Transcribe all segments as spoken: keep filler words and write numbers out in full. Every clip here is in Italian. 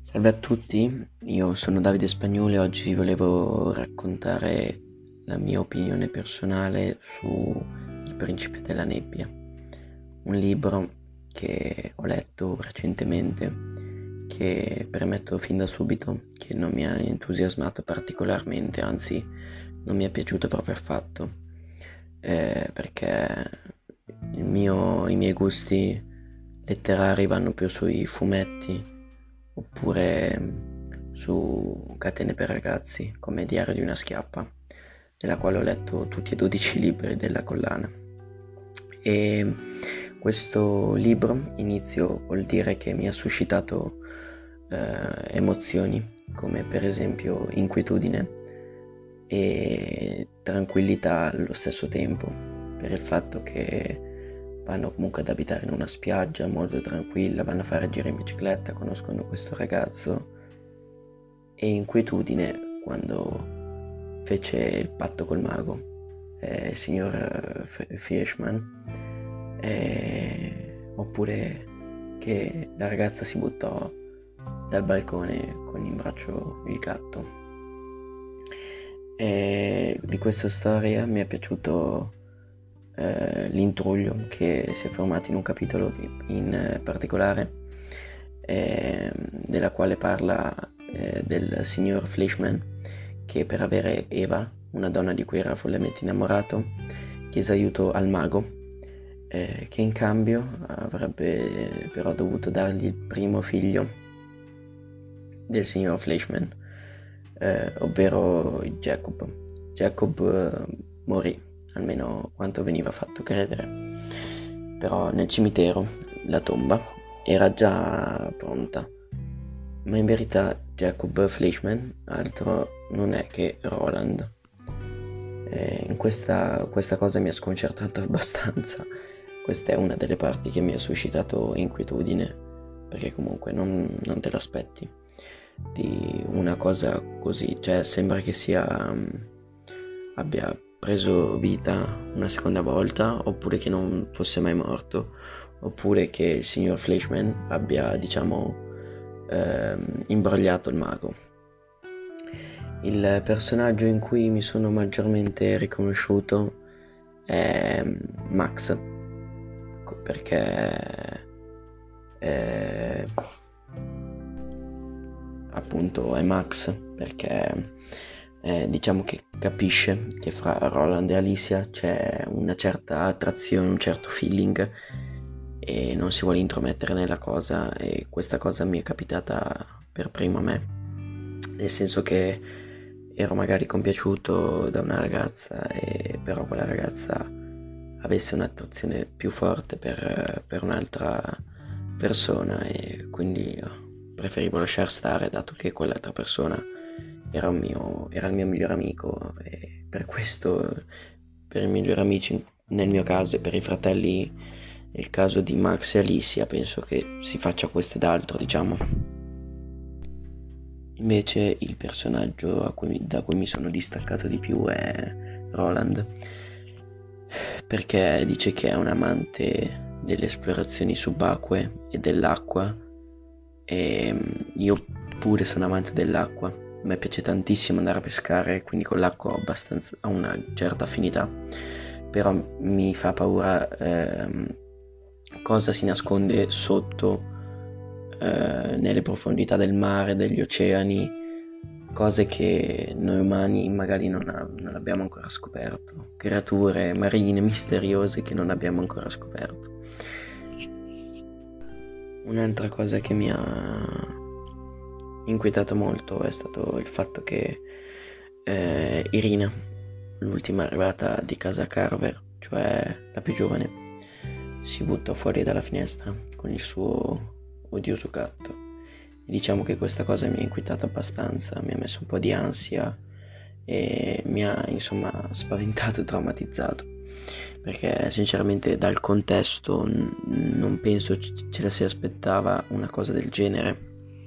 Salve a tutti, io sono Davide Spagnolo e oggi vi volevo raccontare la mia opinione personale su Il Principe della Nebbia, un libro che ho letto recentemente che premetto fin da subito che non mi ha entusiasmato particolarmente, anzi non mi è piaciuto proprio affatto, eh, perché il mio, i miei gusti letterari vanno più sui fumetti oppure su Catene per ragazzi come Diario di una schiappa, della quale ho letto tutti e dodici libri della collana. E questo libro, inizio col dire che mi ha suscitato eh, emozioni come per esempio inquietudine e tranquillità allo stesso tempo, per il fatto che vanno comunque ad abitare in una spiaggia molto tranquilla, vanno a fare giri in bicicletta, conoscono questo ragazzo, e inquietudine quando fece il patto col mago, eh, il signor F- Fishman, eh, oppure che la ragazza si buttò dal balcone con in braccio il gatto. E di questa storia mi è piaciuto eh, l'intruglio che si è formato in un capitolo in eh, particolare, eh, della quale parla eh, del signor Fleischmann, che per avere Eva, una donna di cui era follemente innamorato, chiese aiuto al mago, eh, che in cambio avrebbe però dovuto dargli il primo figlio del signor Fleischmann, eh, ovvero Jacob. Jacob eh, morì, almeno quanto veniva fatto credere, però nel cimitero la tomba era già pronta, ma in verità Jacob Fleischmann altro non è che Roland. E in questa, questa cosa mi ha sconcertato abbastanza. Questa è una delle parti che mi ha suscitato inquietudine, perché comunque non, non te l'aspetti di una cosa così, cioè sembra che sia abbia preso vita una seconda volta, oppure che non fosse mai morto, oppure che il signor Fleischmann abbia, diciamo, ehm, imbrogliato il mago. Il personaggio in cui mi sono maggiormente riconosciuto è Max, perché eh, appunto è Max, perché eh, diciamo che capisce che fra Roland e Alicia c'è una certa attrazione, un certo feeling, e non si vuole intromettere nella cosa, e questa cosa mi è capitata per primo a me, nel senso che ero magari compiaciuto da una ragazza e però quella ragazza avesse un'attrazione più forte per, per un'altra persona, e quindi preferivo lasciar stare, dato che quell'altra persona era, un mio, era il mio migliore amico, e per questo, per i migliori amici nel mio caso e per i fratelli nel caso di Max e Alicia, penso che si faccia questo ed altro, diciamo. Invece il personaggio a cui, da cui mi sono distaccato di più è Roland, perché dice che è un amante delle esplorazioni subacquee e dell'acqua, e io pure sono amante dell'acqua. A me piace tantissimo andare a pescare, quindi con l'acqua ho abbastanza ho una certa affinità, però mi fa paura ehm, cosa si nasconde sotto, eh, nelle profondità del mare, degli oceani, cose che noi umani magari non, ha, non abbiamo ancora scoperto, creature marine misteriose che non abbiamo ancora scoperto. Un'altra cosa che mi ha inquietato molto è stato il fatto che eh, Irina, l'ultima arrivata di casa Carver, cioè la più giovane, si buttò fuori dalla finestra con il suo odioso gatto. E diciamo che questa cosa mi ha inquietato abbastanza, mi ha messo un po' di ansia e mi ha insomma spaventato e traumatizzato, perché sinceramente dal contesto n- non penso c- ce la si aspettava una cosa del genere.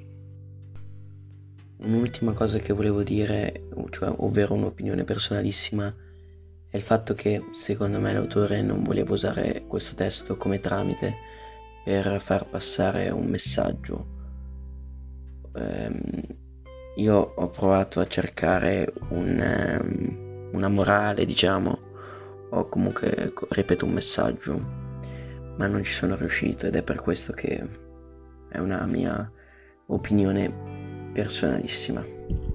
Un'ultima cosa che volevo dire, cioè, ovvero un'opinione personalissima, è il fatto che secondo me l'autore non voleva usare questo testo come tramite per far passare un messaggio ehm, io ho provato a cercare un, ehm, una morale, diciamo, o comunque, ripeto, un messaggio, ma non ci sono riuscito, ed è per questo che è una mia opinione personalissima.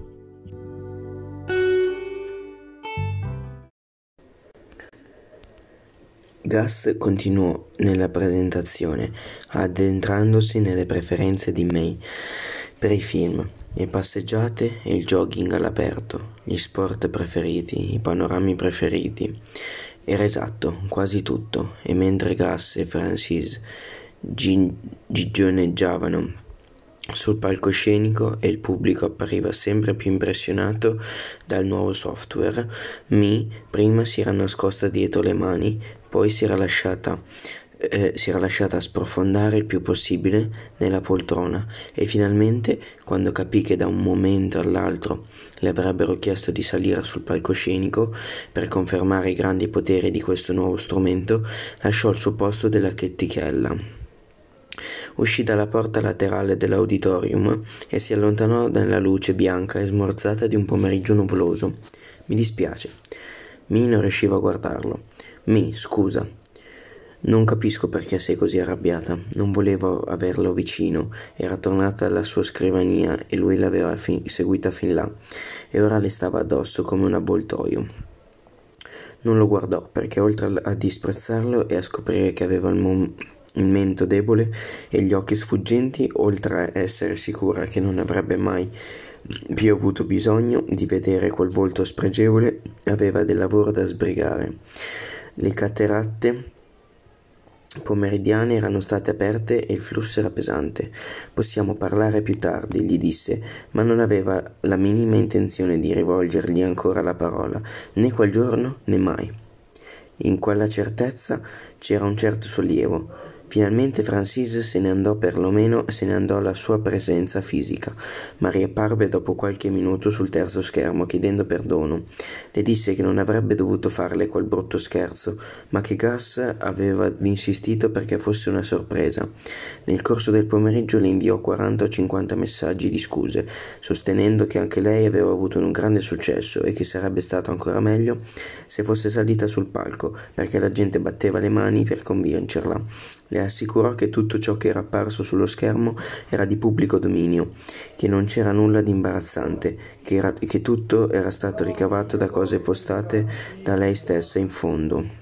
Gus continuò nella presentazione, addentrandosi nelle preferenze di May per i film, le passeggiate e il jogging all'aperto, gli sport preferiti, i panorami preferiti. Era esatto, quasi tutto, e mentre Gus e Francis gi- gigioneggiavano sul palcoscenico e il pubblico appariva sempre più impressionato dal nuovo software, Mi prima si era nascosta dietro le mani, poi si era lasciata eh, si era lasciata sprofondare il più possibile nella poltrona e finalmente, quando capì che da un momento all'altro le avrebbero chiesto di salire sul palcoscenico per confermare i grandi poteri di questo nuovo strumento, lasciò il suo posto della chetichella. Uscì dalla porta laterale dell'auditorium e si allontanò nella luce bianca e smorzata di un pomeriggio nuvoloso. Mi dispiace. Mi non riusciva a guardarlo. Mi, scusa. Non capisco perché sei così arrabbiata. Non volevo averlo vicino. Era tornata alla sua scrivania e lui l'aveva fin- seguita fin là. E ora le stava addosso come un avvoltoio. Non lo guardò perché oltre a disprezzarlo e a scoprire che aveva il mom- il mento debole e gli occhi sfuggenti, oltre a essere sicura che non avrebbe mai più avuto bisogno di vedere quel volto spregevole, aveva del lavoro da sbrigare. Le cataratte pomeridiane erano state aperte e il flusso era pesante. Possiamo parlare più tardi, gli disse, ma non aveva la minima intenzione di rivolgergli ancora la parola, né quel giorno né mai. In quella certezza c'era un certo sollievo. Finalmente Francis se ne andò, perlomeno se ne andò la sua presenza fisica, ma riapparve dopo qualche minuto sul terzo schermo chiedendo perdono. Le disse che non avrebbe dovuto farle quel brutto scherzo, ma che Gus aveva insistito perché fosse una sorpresa. Nel corso del pomeriggio le inviò quaranta o cinquanta messaggi di scuse, sostenendo che anche lei aveva avuto un grande successo e che sarebbe stato ancora meglio se fosse salita sul palco, perché la gente batteva le mani per convincerla. Le assicurò che tutto ciò che era apparso sullo schermo era di pubblico dominio, che non c'era nulla di imbarazzante, che, era, che tutto era stato ricavato da cose postate da lei stessa in fondo.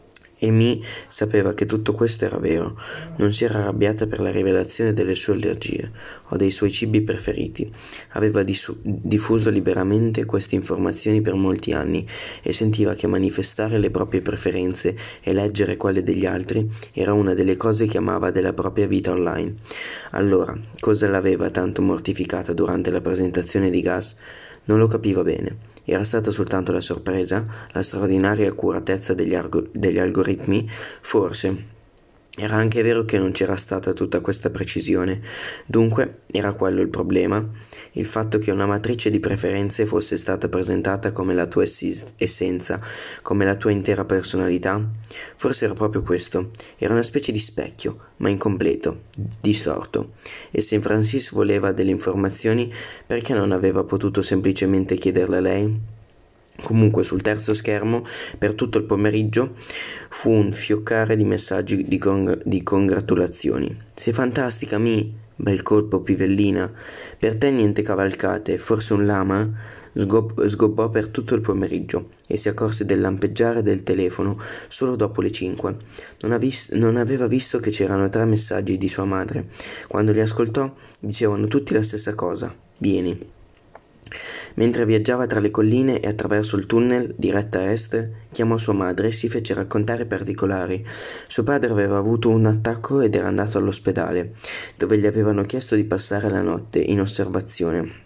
Amy sapeva che tutto questo era vero. Non si era arrabbiata per la rivelazione delle sue allergie o dei suoi cibi preferiti. Aveva disu- diffuso liberamente queste informazioni per molti anni e sentiva che manifestare le proprie preferenze e leggere quelle degli altri era una delle cose che amava della propria vita online. Allora, cosa l'aveva tanto mortificata durante la presentazione di Gus? Non lo capiva bene. Era stata soltanto la sorpresa, la straordinaria accuratezza degli, argo- degli algoritmi? Forse. Era anche vero che non c'era stata tutta questa precisione. Dunque, era quello il problema? Il fatto che una matrice di preferenze fosse stata presentata come la tua essis- essenza, come la tua intera personalità? Forse era proprio questo. Era una specie di specchio, ma incompleto, distorto. E se Francis voleva delle informazioni, perché non aveva potuto semplicemente chiederle a lei? Comunque sul terzo schermo, per tutto il pomeriggio, fu un fioccare di messaggi di, cong- di congratulazioni. Sei fantastica, Mi! Bel colpo, pivellina! Per te niente cavalcate, forse un lama? Sgob- sgobbò per tutto il pomeriggio e si accorse del lampeggiare del telefono solo dopo le cinque. Non, vis- non aveva visto che c'erano tre messaggi di sua madre. Quando li ascoltò, dicevano tutti la stessa cosa. Vieni. Mentre viaggiava tra le colline e attraverso il tunnel diretta a est, chiamò sua madre e si fece raccontare particolari. Suo padre aveva avuto un attacco ed era andato all'ospedale, dove gli avevano chiesto di passare la notte in osservazione.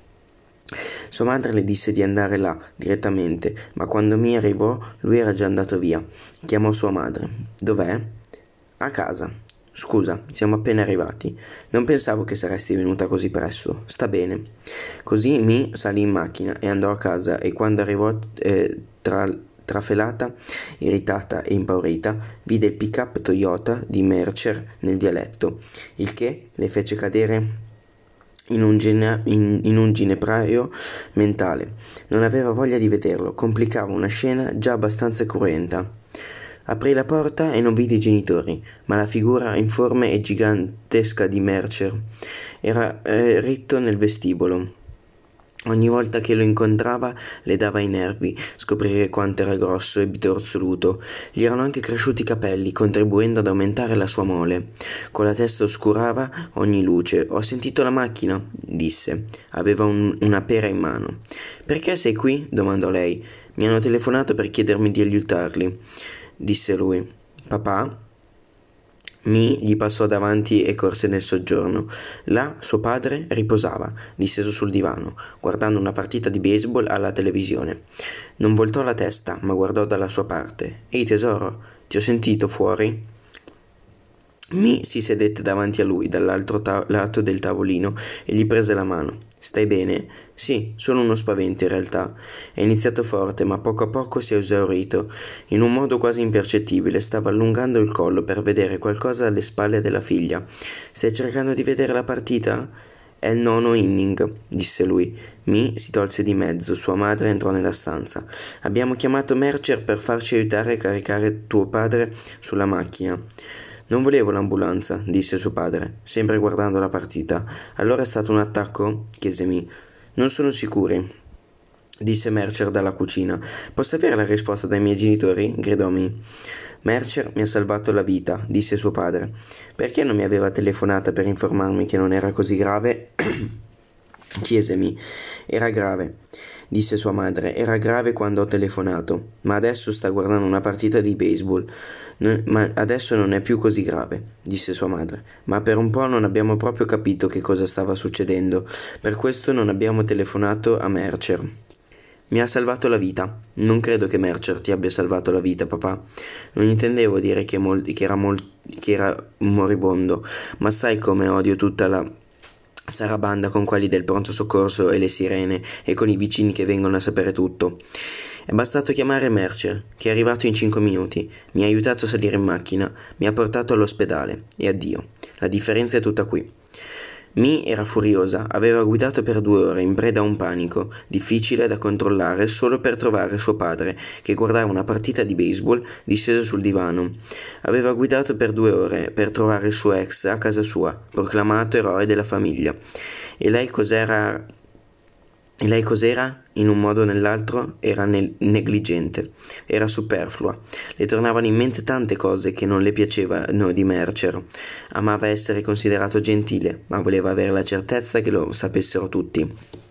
Sua madre le disse di andare là direttamente, ma quando Mi arrivò lui era già andato via. Chiamò sua madre. Dov'è? A casa. Scusa, siamo appena arrivati. Non pensavo che saresti venuta così presto. Sta bene. Così Mi salì in macchina e andò a casa e quando arrivò eh, tra, trafelata, irritata e impaurita, vide il pick-up Toyota di Mercer nel vialetto, il che le fece cadere in un, gine- in, in un ginepraio mentale. Non aveva voglia di vederlo, complicava una scena già abbastanza cruenta. Aprì la porta e non vide i genitori, ma la figura informe e gigantesca di Mercer era eh, ritto nel vestibolo. Ogni volta che lo incontrava le dava i nervi scoprire quanto era grosso e bitorzoluto. Gli erano anche cresciuti i capelli, contribuendo ad aumentare la sua mole. Con la testa oscurava ogni luce. «Ho sentito la macchina», disse. Aveva un, una pera in mano. «Perché sei qui?» domandò lei. «Mi hanno telefonato per chiedermi di aiutarli», disse lui. «Papà?» Mi gli passò davanti e corse nel soggiorno. Là suo padre riposava, disteso sul divano, guardando una partita di baseball alla televisione. Non voltò la testa, ma guardò dalla sua parte. «Ehi tesoro, ti ho sentito fuori?» Mi si sedette davanti a lui, dall'altro ta- lato del tavolino, e gli prese la mano. «Stai bene?» «Sì, solo uno spavento in realtà. È iniziato forte, ma poco a poco si è esaurito. In un modo quasi impercettibile stava allungando il collo per vedere qualcosa alle spalle della figlia. Stai cercando di vedere la partita?» «È il nono inning», disse lui. Mi si tolse di mezzo, sua madre entrò nella stanza. «Abbiamo chiamato Mercer per farci aiutare a caricare tuo padre sulla macchina». «Non volevo l'ambulanza», disse suo padre, sempre guardando la partita. «Allora è stato un attacco?» chiese Mi. «Non sono sicuri», disse Mercer dalla cucina. «Posso avere la risposta dai miei genitori?» gridò Mi. «Mercer mi ha salvato la vita», disse suo padre. «Perché non mi aveva telefonata per informarmi che non era così grave?» chiese Mi. «Era grave», disse sua madre. «Era grave quando ho telefonato, ma adesso sta guardando una partita di baseball. Non, ma adesso non è più così grave», disse sua madre. «Ma per un po' non abbiamo proprio capito che cosa stava succedendo. Per questo non abbiamo telefonato a Mercer. Mi ha salvato la vita». «Non credo che Mercer ti abbia salvato la vita, papà. Non intendevo dire che, mol- che, era, mol- che era moribondo, ma sai come odio tutta la sarabanda con quelli del pronto soccorso e le sirene e con i vicini che vengono a sapere tutto. È bastato chiamare Mercer, che è arrivato in cinque minuti, mi ha aiutato a salire in macchina, mi ha portato all'ospedale e addio. La differenza è tutta qui». Mi era furiosa, aveva guidato per due ore in preda a un panico, difficile da controllare solo per trovare suo padre, che guardava una partita di baseball disteso sul divano. Aveva guidato per due ore per trovare il suo ex a casa sua, proclamato eroe della famiglia. E lei cos'era... E lei cos'era? In un modo o nell'altro era ne- negligente, era superflua. Le tornavano in mente tante cose che non le piacevano di Mercer. Amava essere considerato gentile, ma voleva avere la certezza che lo sapessero tutti.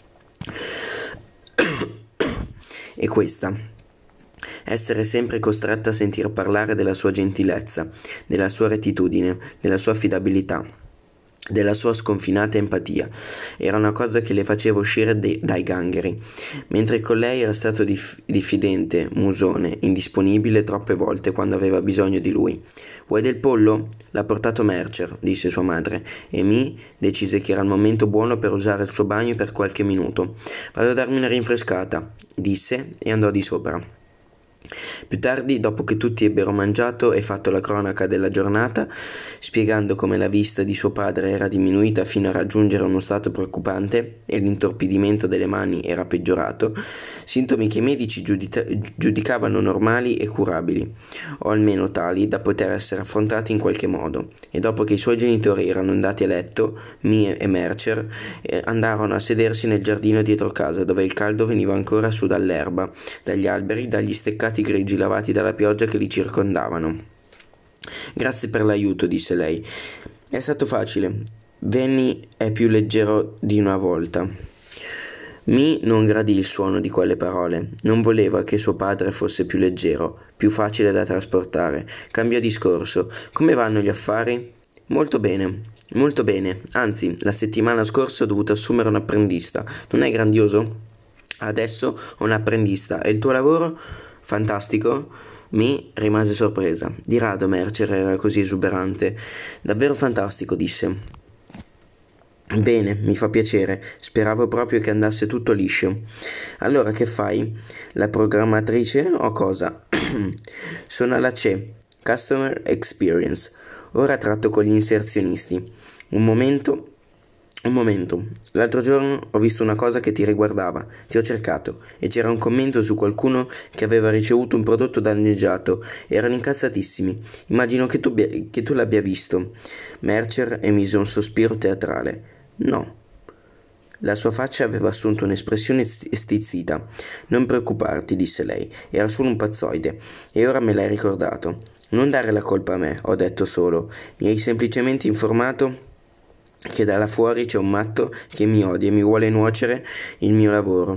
E questa. Essere sempre costretta a sentir parlare della sua gentilezza, della sua rettitudine, della sua affidabilità, della sua sconfinata empatia, era una cosa che le faceva uscire de- dai gangheri, mentre con lei era stato dif- diffidente, musone, indisponibile troppe volte quando aveva bisogno di lui. «Vuoi del pollo?» «L'ha portato Mercer», disse sua madre, e Mi decise che era il momento buono per usare il suo bagno per qualche minuto. «Vado a darmi una rinfrescata», disse e andò di sopra. Più tardi, dopo che tutti ebbero mangiato e fatto la cronaca della giornata, spiegando come la vista di suo padre era diminuita fino a raggiungere uno stato preoccupante e l'intorpidimento delle mani era peggiorato, sintomi che i medici giudica- giudicavano normali e curabili, o almeno tali da poter essere affrontati in qualche modo, e dopo che i suoi genitori erano andati a letto, Mie e Mercer eh, andarono a sedersi nel giardino dietro casa, dove il caldo veniva ancora su dall'erba, dagli alberi, dagli steccati grigi lavati dalla pioggia che li circondavano. «Grazie per l'aiuto», disse lei. «È stato facile. Vanny è più leggero di una volta». Mi non gradì il suono di quelle parole. Non voleva che suo padre fosse più leggero, più facile da trasportare. Cambiò discorso. «Come vanno gli affari?» «Molto bene. Molto bene. Anzi, la settimana scorsa ho dovuto assumere un apprendista. Non è grandioso?» «Adesso ho un apprendista. E il tuo lavoro?» «Fantastico?» Mi rimase sorpresa. Di rado Mercer era così esuberante. «Davvero fantastico», disse. «Bene, mi fa piacere. Speravo proprio che andasse tutto liscio. Allora che fai? La programmatrice o cosa?» «Sono alla C E, Customer Experience. Ora tratto con gli inserzionisti. Un momento Un momento, l'altro giorno ho visto una cosa che ti riguardava, ti ho cercato e c'era un commento su qualcuno che aveva ricevuto un prodotto danneggiato. Erano incazzatissimi. Immagino che tu, abbia- che tu l'abbia visto. Mercer emise un sospiro teatrale. No. La sua faccia aveva assunto un'espressione sti- stizzita. Non preoccuparti, disse lei, era solo un pazzoide, e ora me l'hai ricordato. Non dare la colpa a me, ho detto solo. Mi hai semplicemente informato che da là fuori c'è un matto che mi odia e mi vuole nuocere il mio lavoro.